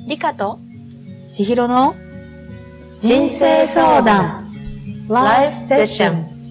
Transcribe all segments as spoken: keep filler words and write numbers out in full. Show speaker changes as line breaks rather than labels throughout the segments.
リカと
千尋の人生相談ライフセッション。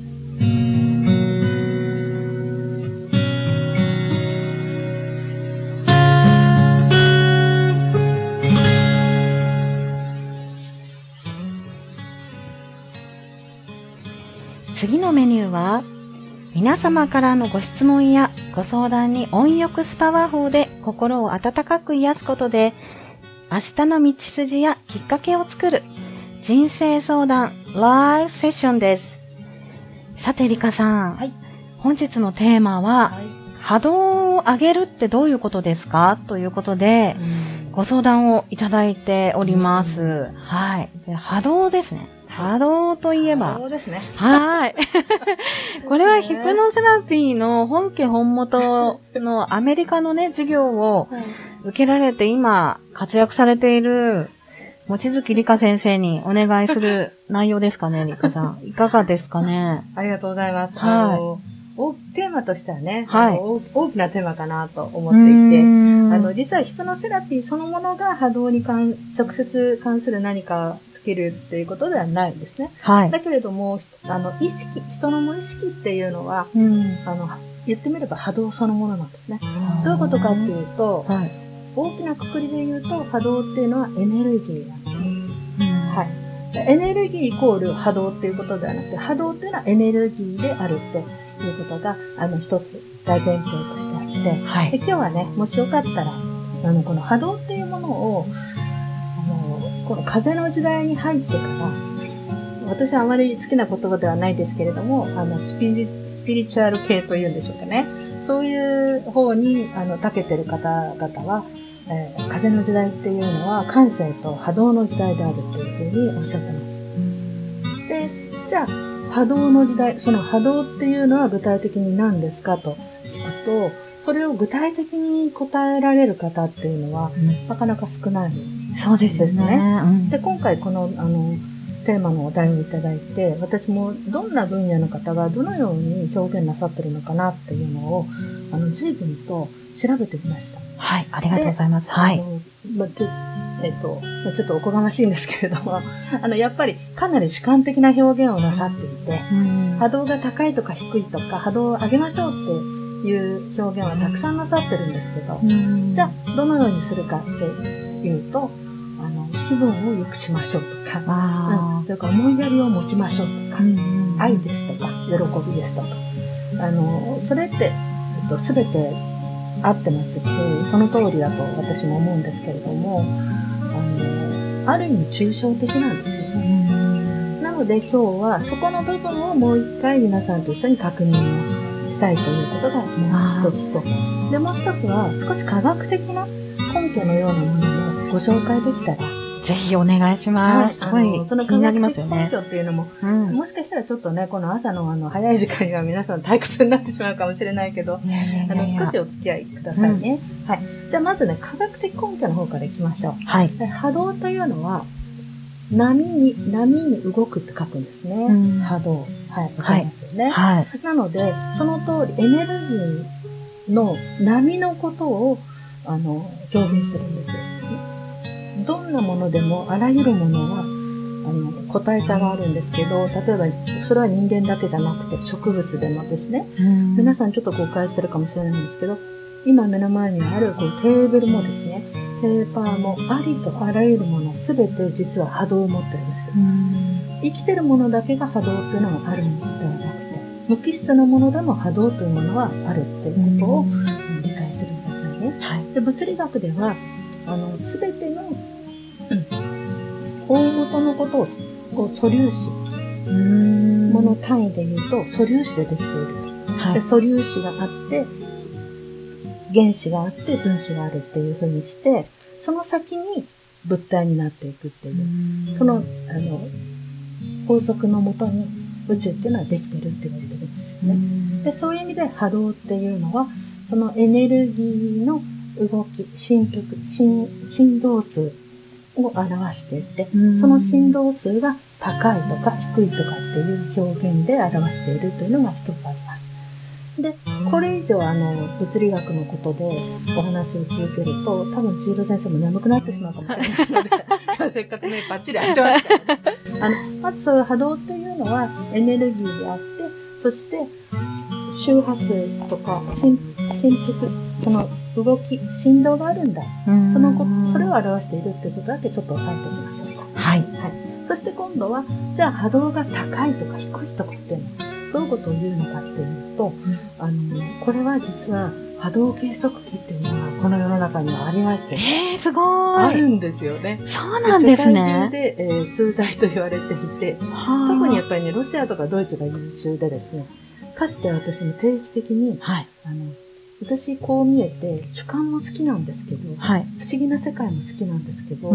次のメニューは、皆様からのご質問やご相談に温浴スパワー法で心を温かく癒すことで、明日の道筋やきっかけを作る人生相談ライフセッションです。さてリカさん、はい、本日のテーマは、はい、波動を上げるってどういうことですかということで、ご相談をいただいております。はい。で波動ですね。波動といえば。
波動ですね。
はい。これはヒプノセラピーの本家本元のアメリカのね、授業を受けられて今活躍されている望月理香先生にお願いする内容ですかね、理香さん。いかがですかね。
ありがとうございます。
はい。
あのテーマとしてはね、
はい、
大きなテーマかなと思っていて、あの実はヒプノセラピーそのものが波動に関直接関する何かつけるっていうことではないんですね。
はい。
だけれども、あの意識、人の無意識っていうのは、うん、あの言ってみれば波動そのものなんですね。どういうことかっていうと、はい、大きな括りで言うと波動っていうのはエネルギーなんですね。うん、はい。エネルギーイコール波動っていうことではなくて、波動っていうのはエネルギーであるっていうことが、あの、一つ大前提としてあって、はい、で今日はね、もしよかったら、あの、この波動っていうものを、あの、この風の時代に入ってから、私はあまり好きな言葉ではないですけれども、あの、スピリ、スピリチュアル系というんでしょうかね。そういう方に、あの、長けてる方々は、えー、風の時代っていうのは、感性と波動の時代であるというふうにおっしゃってます。で、じゃあ、波動の時代、その波動っていうのは具体的に何ですかと聞くと、それを具体的に答えられる方っていうのは、うん、なかなか少ないですね。
そうですね。うん、
で、今回この、あの、テーマのお題をいただいて、私もどんな分野の方がどのように表現なさってるのかなっていうのを、あの、随分と調べてみました。
はい、ありがとうございます。はい。
まちょえっと、ちょっとおこがましいんですけれども、あの、やっぱりかなり主観的な表現をなさっていて、波動が高いとか低いとか、波動を上げましょうっていう表現はたくさんなさってるんですけど、じゃあ、どのようにするかっていうと、あの、気分を良くしましょうとか、うん、それから思いやりを持ちましょうとか、愛ですとか、喜びですとか、あの、それって、えっと、すべて合ってますし、その通りだと私も思うんですけれども、あの、ある意味抽象的なんですよね。なので今日はそこの部分をもう一回皆さんと一緒に確認をしたいということがもう一つと。で、もう一つは少し科学的な根拠のようなものもご紹介できたら。
ぜひお願いします。はい、すごい
その
気になりますよね。
根拠っていうのも、うん、もしかしたらちょっとね、この朝のあの早い時間には皆さん退屈になってしまうかもしれないけど、いやいやいやいやあの少しお付き合いくださいね。うん、はい。じゃあまずね、科学的根拠の方からいきましょう。はい。波動というのは、波に、波に動くって書くんですね。うん、波動。はい。わかりますよね。はい。なので、その通りエネルギーの波のことを、あの、表現してるんですよ。どんなものでも、あらゆるものは、あの、個体差があるんですけど、例えば、それは人間だけじゃなくて、植物でもですね、皆さんちょっと誤解してるかもしれないんですけど、今目の前にあるこうテーブルもですね、ペーパーもありとあらゆるものすべて実は波動を持ってるんです。生きてるものだけが波動っていうのがあるのではなくて、無機質なものでも波動というものはあるっていうことを理解するんですよね。はい、で物理学では、あの、すべての大元のことをこう素粒子、もの単位で言うと素粒子でできている。はい、で素粒子があって、原子があって分子があるっていう風にして、その先に物体になっていくっていう、その、あの、法則のもとに宇宙っていうのはできてるって言われてるんですよね。で、そういう意味で波動っていうのは、そのエネルギーの動き、振幅、振、振動数を表していて、その振動数が高いとか低いとかっていう表現で表しているというのが一つあります。 で、これ以上あの物理学のことでお話を続けると、多分千尋先生も眠くなってしまうかもしれないので、せっかくね、バッチリ当てました、ね。あの、まずそういう波動っていうのはエネルギーであって、そして周波数とか心心拍、その動き、振動があるんだ。そのこそれを表しているっていうことだけちょっと押さえておきましょうか。
はい。
はい。そして今度は、じゃあ波動が高いとか低いとかっていうのはどういうことを言うのかっていうと、あの、これは実は波動計測器っていうのがこの世の中にはありまして、
えー、すごーい。
あるんですよね。
そうなんですね。
世界中で、えー、数台と言われていて、特にやっぱりね、ロシアとかドイツが優秀でですね、かつて私も定期的に、
はい、
あの、私こう見えて主観も好きなんですけど、はい、不思議な世界も好きなんですけど、うん、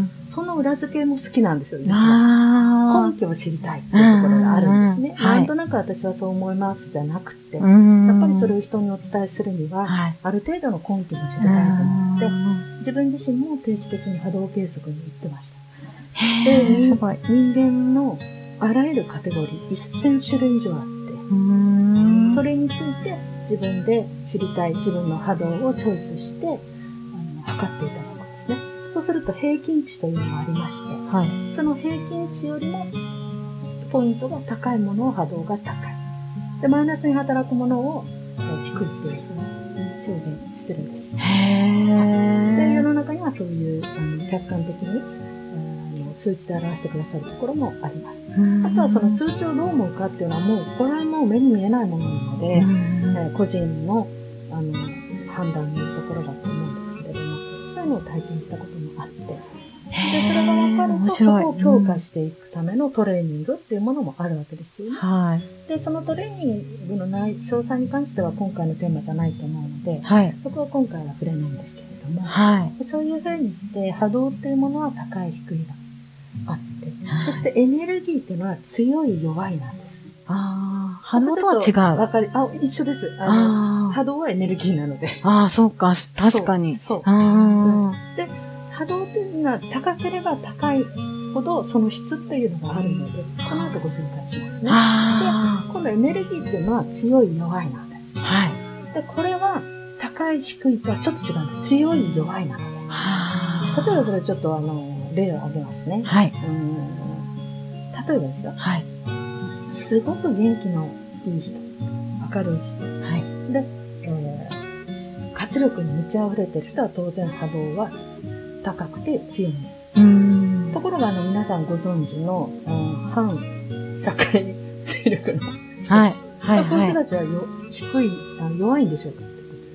その裏付けも好きなんですよ、実は。根拠を知りたいっていうところがあるんですね。うんうん、なんとなく私はそう思いますじゃなくて、うん、やっぱりそれを人にお伝えするには、はい、ある程度の根拠も知りたいと思って、うん、自分自身も定期的に波動計測に行ってました。で、すごい人間のあらゆるカテゴリー、せん種類以上あって、うん、それについて自分で知りたい自分の波動をチョイスして、あの、測っていただくんですね。そうすると平均値というのがありまして、はい、その平均値よりもポイントが高いものを波動が高い。で、マイナスに働くものを低いっていうふうに表現してるんです。へー。で、世の中にはそういうあの客観的に数値で表してくださるところもあります。あとはその数値をどう思うかっていうのはもう、これはもう目に見えないものなので、えー、個人の、あの、判断のところだと思うんですけれども、そういうのを体験したこともあって、で、それが分かると、そこを強化していくためのトレーニングっていうものもあるわけですよね。はい。で、そのトレーニングの内詳細に関しては今回のテーマじゃないと思うので、はい、そこは今回は触れないんですけれども、はい、そういうふうにして波動っていうものは高い低いがあって、そしてエネルギーっていうのは強い弱いなんです。ああ、波動とは違う。わかり、あ、一緒です。あの、あ波動はエネルギーなので。
ああ、そうか、確かに。
そう。そうあで、波動っていうのは高ければ高いほどその質っていうのがあるので、この後ご紹介しますね。で、今度エネルギーっていうのは強い弱いなんです。はい。で、これは高い低いとはちょっと違うんです。強い弱いなので。例えばそれちょっとあの、例を挙げますね。はい。うん例えばですよ。はい。すごく元気のいい人、明るい人。はい。で、えー、活力に満ち溢れてる人は当然波動は高くて強いんです。うんところがあの皆さんご存知の、うん、反社会勢力の人。はい。はい。この人たちはよ低いあの、弱いんでしょうかってことです。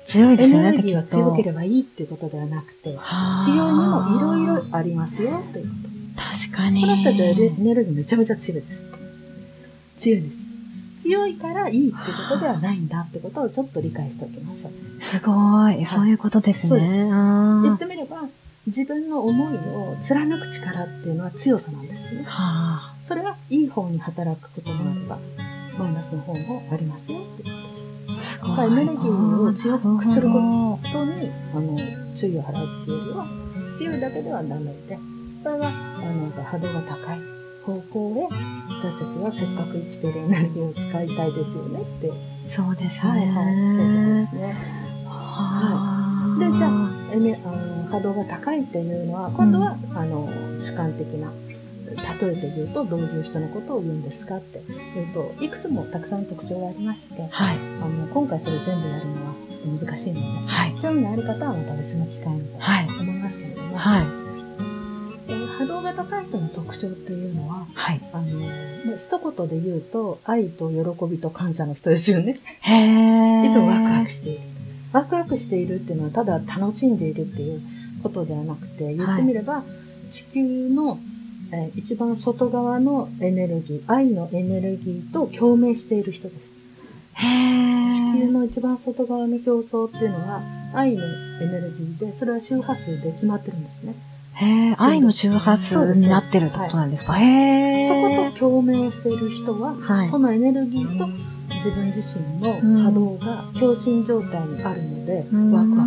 強いですね。エネルギーは強ければいいっていうことではなくて、強いにもいろいろありますよということ。
確かに。
この人たちはエネルギーめちゃめちゃ強いです。強いです。強いからいいってことではないんだってことをちょっと理解しておきましょう。
すごい。そういうことですね。そうです。
言ってみれば、自分の思いを貫く力っていうのは強さなんですね。はあ、それはいい方に働くこともあれば、マイナスの方もありますよっていうことです。すごい。エネルギーを強くすることに、あの、注意を払うっていうよりは、強いだけではダメで、それは、あの、波動が高い方向へ、私たちはせっかく生きているエネルギーを使いたいですよねって。
そうですね。
はいはい。そうですね。はい。で、じゃあ、えね、あの、波動が高いっていうのは、今度は、うん、あの、主観的な、例えて言うと、どういう人のことを言うんですかって言うと、いくつもたくさん特徴がありまして、はい。あの、今回それ全部やるのはちょっと難しいので、はい。興味のある方はまた別の機会にと思いますけれども、はい。波動が高い人の特徴っていうのは、はい、あの、一言で言うと、愛と喜びと感謝の人ですよね。へー。いつもワクワクしている。ワクワクしているっていうのは、ただ楽しんでいるっていうことではなくて、言ってみれば、はい、地球の、えー、一番外側のエネルギー、愛のエネルギーと共鳴している人です。へー。地球の一番外側の競争っていうのは、愛のエネルギーで、それは周波数で決まってるんですね。
へえ、愛の周波数になってるってことなんですか？へ
え。そこと共鳴している人は、はい、そのエネルギーと自分自身の波動が共振状態にあるので、うん、ワクワクする。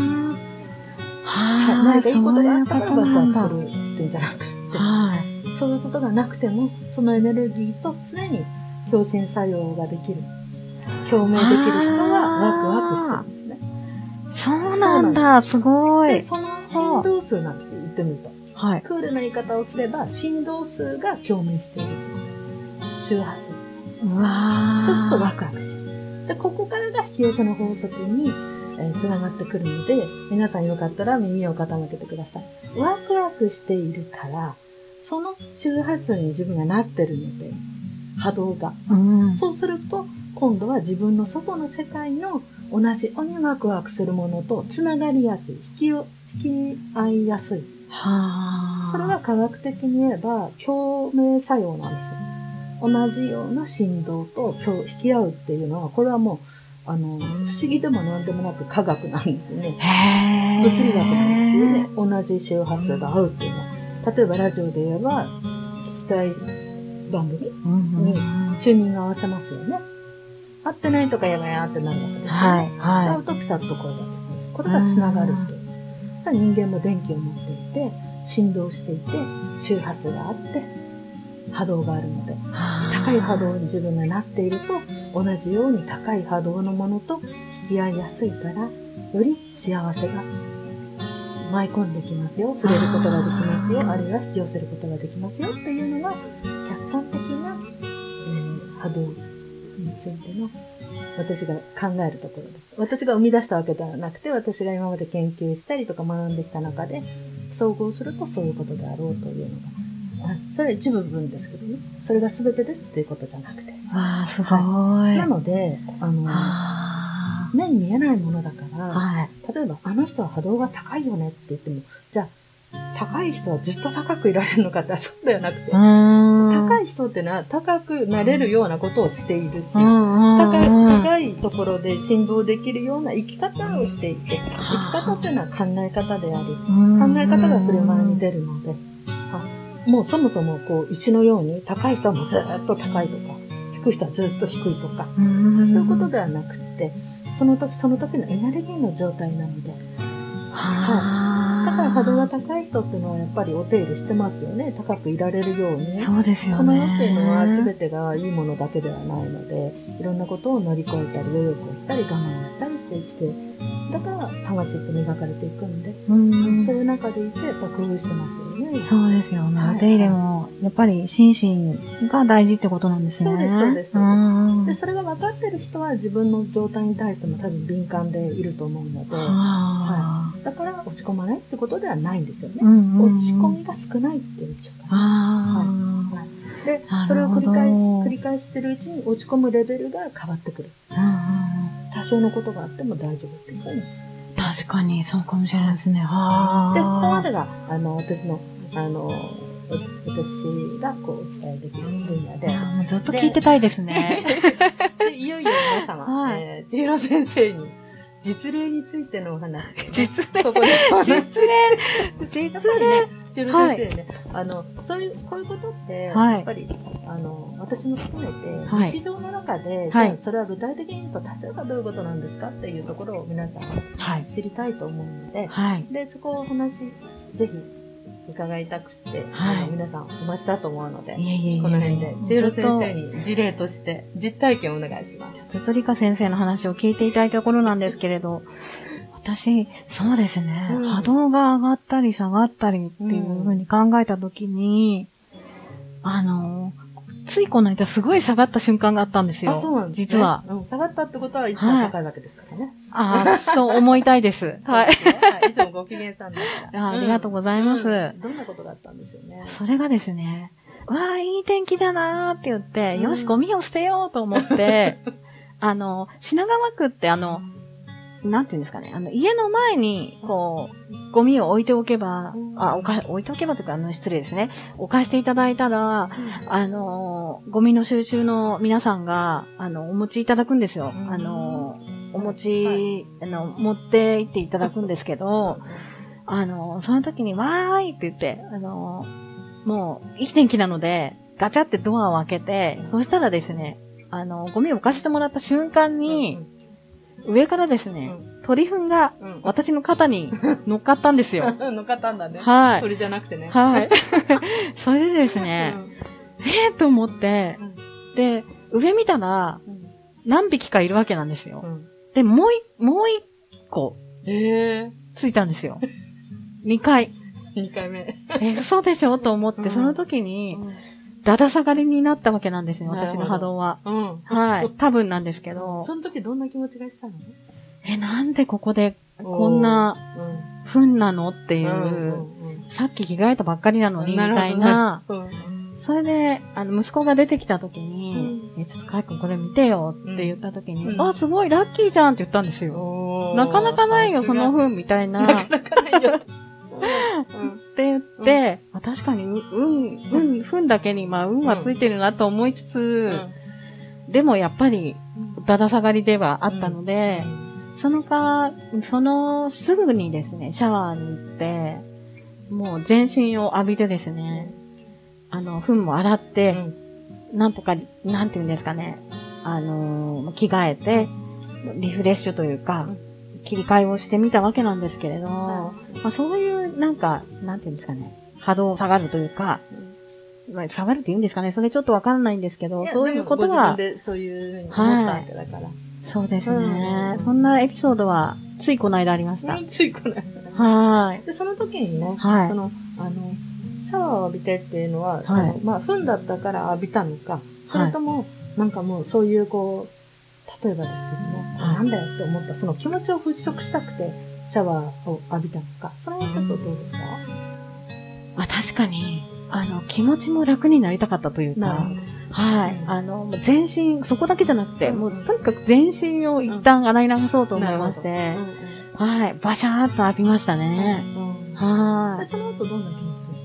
はい。何かいいことがあったからワクワクするっていうんじゃなくて、はい、そういうことがなくても、そのエネルギーと常に共振作用ができる。 共鳴できる人はワクワクしてるんですね。
そうなんだ、すご
で、
い。
その振動数なんて言ってみると、
はい。
クールな言い方をすれば、振動数が共鳴しているってことです。周波数。
うわ
そうするとワ
ー。
クワクしてる。で、ここからが引き寄せの法則に、えー、つながってくるので、皆さんよかったら耳を傾けてください。ワクワクしているから、その周波数に自分がなってるので、波動が。
うん。
そうすると、今度は自分の外の世界の同じようにワクワクするものとつながりやすい、引きよ引き合いやすい。
はー。
それは科学的に言えば共鳴作用なんですよ。同じような振動と引き合うっていうのは、これはもう、あの、不思議でも何でもなく科学なんですよね。
へー。
物理学なんですよね。同じ周波数が合うっていうのは。例えばラジオで言えば、聞きたい番組にチューニング合わせますよね。合ってないとかやばいなってなるわけですよね。
はい、はい。
合うとピタッと声が聞こえる。これが繋がるっていう。人間も電気を持っていて、振動していて、周波数があって、波動があるので、高い波動に自分がなっていると、同じように高い波動のものと引き合いやすいから、より幸せが舞い込んできますよ。触れることができますよ。あるいは引き寄せることができますよっていうのが、客観的な、えー、波動についての私が考えるところです。私が生み出したわけではなくて、私が今まで研究したりとか学んできた中で、総合するとそういうことであろうというのが、それは一部分ですけどね。それが全てですっていうことじゃなくて。
わー、すごい。
はい、なので、あの、目に見えないものだから、
はい、
例えば、あの人は波動が高いよねって言っても、じゃあ、高い人はずっと高くいられるのかって、そうではなくて、高い人っていうのは高くなれるようなことをしているし、高い、高いところで振動できるような生き方をしていて、生き方っていうのは考え方であり、考え方が振る舞いに出るので、もうそもそもこう石のように高い人はもうずっと高いとか、低い人はずっと低いとか、そういうことではなくて、その時その時のエネルギーの状態なので、はい、だから波動が高い人っていうのはやっぱりお手入れしてますよね。高くいられるように。
そうですよね。
この世っていうのは全てがいいものだけではないので、いろんなことを乗り越えたり、努力をしたり、我慢をしたりして生きて、だから魂って磨かれていくんで、うんそういう中でいてやっぱ工夫してますよね。
そうですよね。はい、お手入れもやっぱり心身が大事ってことなんですね。
そうです、そうです。うんでそれが分かってる人は自分の状態に対しても多分敏感でいると思うので、はい、だから落ち込まないってことではないんですよね。うんうん、落ち込みが少ないっていうんでしょうかね。はいはい、でそれを繰り返し繰り返してるうちに落ち込むレベルが変わってくる。うんうん、多少のことがあっても大丈夫っていうふうに。
確かにそうかもしれないですね。
はでここまでがあの私のあの私がこうお伝えできる分野で、
もうずっと聞いてたいですね。
でいよいよ皆様、はいえー、千尋先生に実例についてのお話、ね、
実例
ここで
実例実例
千尋先生ね、はい、あのそういうこういうことって、はい、やっぱりあの私も含めて、はい、日常の中で、はい、それは具体的に言うと例えばどういうことなんですかっていうところを皆さん、はい、知りたいと思うので、はい、でそこをお話ぜひ伺いたくて、はい、あの皆さんお待ちだと思うので、いやいやいやこの辺で千尋先生に事例として実体験をお願いします。
ずっと理香先生の話を聞いていただいたところなんですけれど、私、そうですね、うん、波動が上がったり下がったりっていうふうに考えたときに、うん、あの、ついこの間すごい下がった瞬間があったんですよ。
あ、そうなんですね。
実は。
うん、下がったってことはいつも高いわけですからね。
はい、ああ、そう思いたいです。
はい。はい、いつもご機嫌さんだから。
あ, ありがとうございます、うん
うん。どんなことがあったんでしょうね。
それがですね、わあ、いい天気だなーって言って、うん、よし、ゴミを捨てようと思って、あの、品川区ってあの、なんていうんですかね、あの、家の前に、こう、ゴミを置いておけば、あ、置か、置いておけばというか、あの、失礼ですね。置かしていただいたら、あの、ゴミの収集の皆さんが、あの、お持ちいただくんですよ。あの、お持ち、あの、持って行っていただくんですけど、あの、その時に、わーいって言って、あの、もう、いい天気なので、ガチャってドアを開けて、そしたらですね、あの、ゴミを置かせてもらった瞬間に、上からですね、うん、鳥糞が私の肩に乗っかったんですよ。
乗っかったんだね。
はい。
鳥じゃなくてね。
はい。それでですね、うん、えーと思って、うん、で、上見たら、うん、 何匹かいるわけなんですよ。
うん。
で、もうい、もう一個、
ええ
ついたんですよ。二回。
ー。にかいめ。
え、嘘でしょと思って、
うん
その時に、
うん。
だだ下がりになったわけなんですよ、私
なるほど
の波動は。
うん。
はい。多分なんですけど、
その時どんな気持ちがしたの？
え、なんでここでこんな
うん。
ふんなのっていう、
うんうん
さっき着替えたばっかりなのに、み
なるほど
たいな。
うん。
それで、あの、息子が出てきた時に、
う
え、ちょっとかいくんこれ見てよって言った時に、
うん
あ、すごいラッキーじゃんって言ったんですよ。
おー
なかなかないよ、
さすが
そのふんみたいな。
なかなかないよ。
って言って、あ確かに、う、うん、うん、ふんだけに、まあ、運はついてるなと思いつつ、でもやっぱり、だだ下がりではあったので、そのか、そのすぐにですね、シャワーに行って、もう全身を浴びてですね、あの、糞も洗って、なんとか、なんていうんですかね、あのー、着替えて、リフレッシュというか、切り替えをしてみたわけなんですけれど、まあ、そういう、なんか、なんていうんですかね、波動下がるというか、まあ、下がるって言うんですかね、それちょっとわかんないんですけど、そういうことは、
でそういうふうに思ったわけだから。
そうですね、
うん、
そんなエピソードは、ついこの間ありました。
ついこの間。
はい。
で、その時にね、
はい、
その、あの、シャワーを浴びてっていうのは、はい、そのまあ、糞だったから浴びたのか、それとも、はい、なんかもうそういうこう、例えばですけどね、はい、なんだよって思った、その気持ちを払拭したくて、シャワーを浴びたのか、その一つはどうですか？
あ、確かに、あの、気持ちも楽になりたかったというか、はい。あの、全身、そこだけじゃなくて、うん、もうとにかく全身を一旦洗い流そうと思いまして、うん、はい。バシャーっと浴びましたね。うんうん、はい。
その後どんな気持ちでした？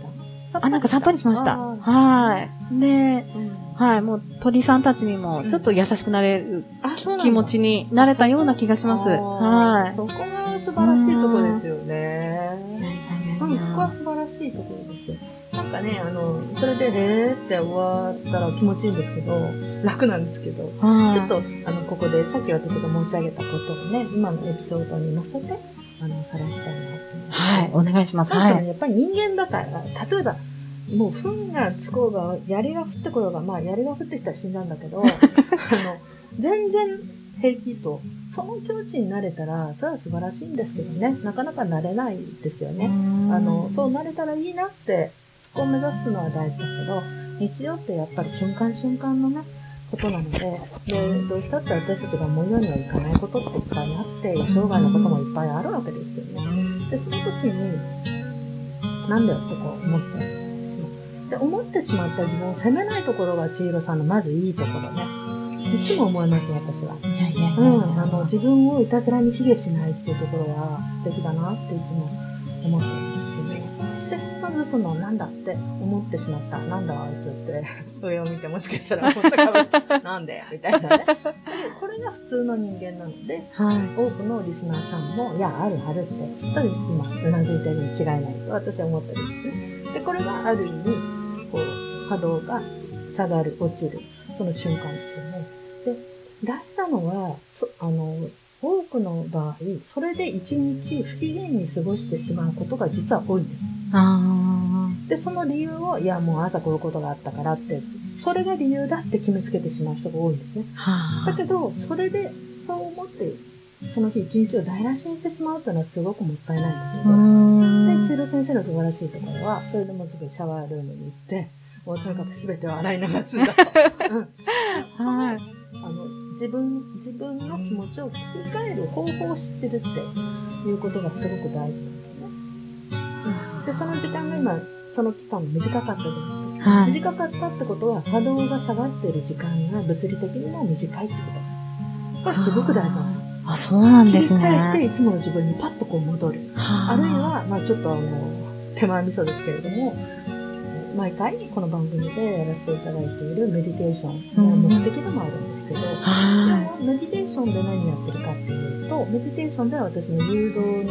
あ、なんかさっぱりしました。はい。で、うん、はい。もう鳥さんたちにもちょっと優しくなれる気持ちになれたような気がします。はい。
そこが素晴らしいところですよね。うん、そこは素晴らしいところですよ。なんかね、あの、それで、へーって終わったら気持ちいいんですけど、楽なんですけど、ちょっと、あの、ここで、さっき私が申し上げたことをね、今のエピソードに乗せて、あの、さらしたいなと思います。
はい、お願いします。
はい。やっぱり人間だから、例えば、もう、糞がつこうが、槍が降ってこようが、まあ、槍が降ってきたら死んだんだけど、あの、全然平気と、その境地になれたら、それは素晴らしいんですけどね、なかなかなれないですよね。あの、そうなれたらいいなって、を目指すのは大事だけど、日常ってやっぱり瞬間瞬間のね、ことなので、で、どうしたって私たちが思うようにはいかないことっていっぱいあって、予想外のこともいっぱいあるわけですよね。で、その時に、なんだよってこう思ってしまう。で、思ってしまった自分を責めないところが千尋さんのまずいいところね。いつも思います、私は。いやいやいや。うん、あの、自分をいたずらに卑下しないっていうところは素敵だなっていつも思ってるんですよね。まずその、なんだって思ってしまった。なんだあいつって、上を見てもしかしたら思ったかも、なんでみたいなね。これが普通の人間なので、はい、多くのリスナーさんも、いや、あるあるって、きっと今、うなずいてるに違いないと私は思ってるんですね。で、これがある意味、こう、波動が下がる、落ちる、その瞬間ですよね。で、出したのは、そあの、多くの場合、それで一日不機嫌に過ごしてしまうことが実は多いんです。あで、その理由を、いや、もう朝こういうことがあったからって、それが理由だって決めつけてしまう人が多いんですね。だけど、それで、そう思って、その日一日を台無しにしてしまうというのはすごくもったいないんですけど、で、千尋先生の素晴らしいところは、それでもうすぐシャワールームに行って、もうとにかく全てを洗い流すんだと。うん、はい。あの、自分、自分の気持ちを切り替える方法を知ってるっていうことがすごく大事なんですね。で、その時間が今、その期間も短かったじゃないですか。はい、短かったってことは、波動が下がっている時間が物理的にも短いってこと。これすごく大事なんです。
あ、そうなんですね。
切り替えて、いつもの自分にパッとこう戻る。あるいは、まあちょっとあの、手前味噌ですけれども、毎回この番組でやらせていただいているメディテーションの目的でもあるんですけど、うん、メディテーションで何やってるかっていうと、メディテーションでは私の誘導に従って、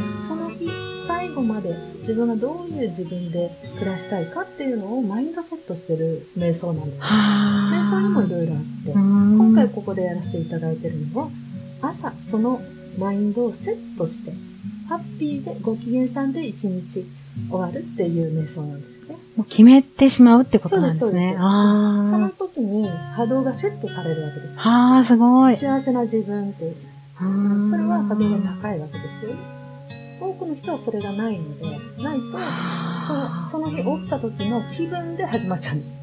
その日、最後まで自分がどういう自分で暮らしたいかっていうのをマインドセットしてる瞑想なんです。瞑想にもいろいろあって、今回ここでやらせていただいてるのは、朝そのマインドをセットして、ハッピーでご機嫌さんで一日終わるっていう瞑想なんです。 ですね。
もう決めてしまうってことなんですね。
そうですそうです
あ
その時に波動がセットされるわけです。
あ。はあ、すごい。
幸せな自分っていう。
うーん
それは波動が高いわけですよ。多くの人はそれがないので、ないと、その、その日起きた時の気分で始まっちゃうんです。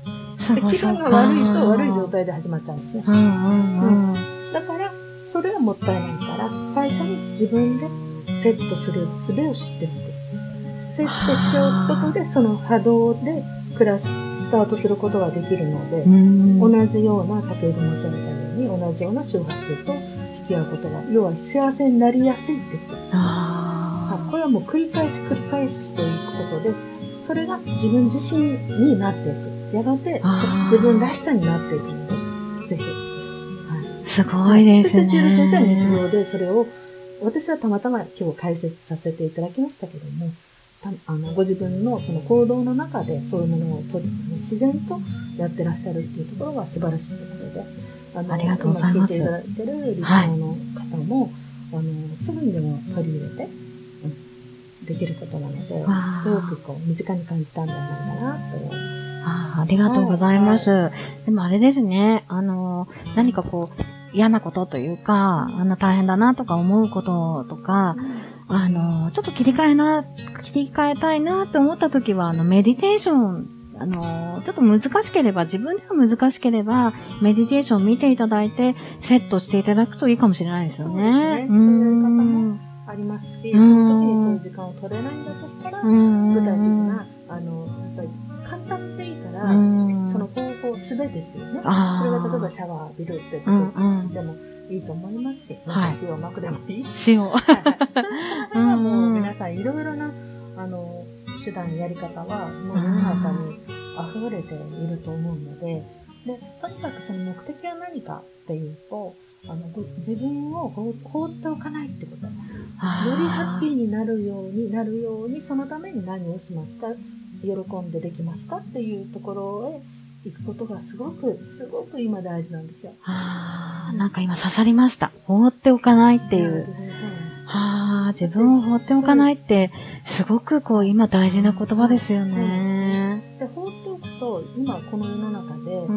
すごい。
で気分が悪いと悪い状態で始まっちゃうんですね。
うんうんうん。
だから、それはもったいないから、最初に自分でセットする術を知っておく。セットしておくことで、その波動で暮らす、スタートすることができるので、同じような、先ほど申し上げたように、同じような周波数と引き合うことが、要は幸せになりやすいってことです。
あ
これはもう繰り返し繰り返していくことで、それが自分自身になっていく。やがて自分らしさになっていくので、ぜひ。はい、
すごいですね。
そして、千尋先生は日常でそれを、私はたまたま今日解説させていただきましたけども、あのご自分のその行動の中でそういうものを取り、自然とやってらっしゃるっていうところが素晴らしいところで、あの
ありがとうございます。
今聞いていただいてるリスナーの方も、はい、あのすぐにでも取り入れて、うん、できることなので、すごくこう身近に感じたんじゃないかなと思います。
あ, ありがとうございます、はいはい。でもあれですね、あの何かこう嫌なことというか、あの大変だなとか思うこととか、うん、あのちょっと切り替えな切り替えたいなって思った時はあのメディテーション、あのちょっと難しければ自分では難しければメディテーションを見ていただいてセットしていただくといいかもしれないですよね。そうですね。
そういう方もありますし、その時にそういう時間を取れないんだとしたら、具体的なあのやっぱり簡単でいいから、その方法すべてですよね。それが例えばシャワー浴びるってことでもいいと思いますし、はい、塩をまくでもいいし。
塩。はいはい。
その辺はもう皆さんいろいろなあの手段やり方はもう世の中に溢れていると思うので、でとにかくその目的は何かっていうと、あの自分を放っておかないってこと。よりハッピーになるようになるようにそのために何をしますか。喜んでできますかっていうところへ行くことがすごくすごく今大事なんですよ。
ああ、なんか今刺さりました。放っておかないっていう。ああ、自分を放っておかないってすごくこう今大事な言葉ですよね。
で放っておくと今この世の中で、うん、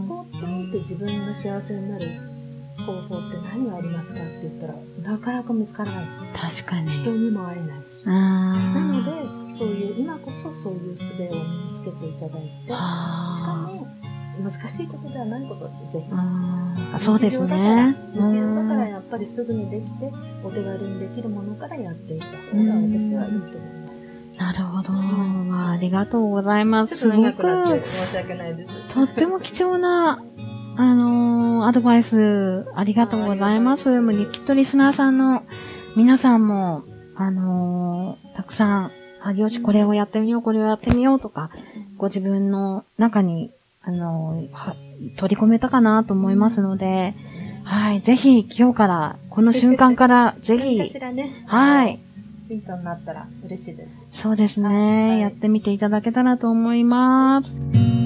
放っておいて自分が幸せになる方法って何がありますかって言ったらなかなか見つからないです。
確かに。
人にも会えないし。なのでそういう今こそそういう術を身につけていただいて、しかも難しいことではないことってぜひ。
あ、そうですね。
日常だからやっぱりすぐにできてお手軽にできるものからやっていった方が私はいいと思います。
なるほど、まあ。ありがとうございます。
ちょっと長くなって申し訳ないです。
とっても貴重なあのー、アドバイスありがとうございます。もうきっとリスナーさんの皆さんもあのー、たくさんあ、よし、これをやってみよう、これをやってみようとか、ご自分の中に、あの、取り込めたかなと思いますので、はい、ぜひ今日から、この瞬間から、ぜひ、
ね、
はい。
ヒントになったら嬉しいです。
そうですね、はい、やってみていただけたらと思います。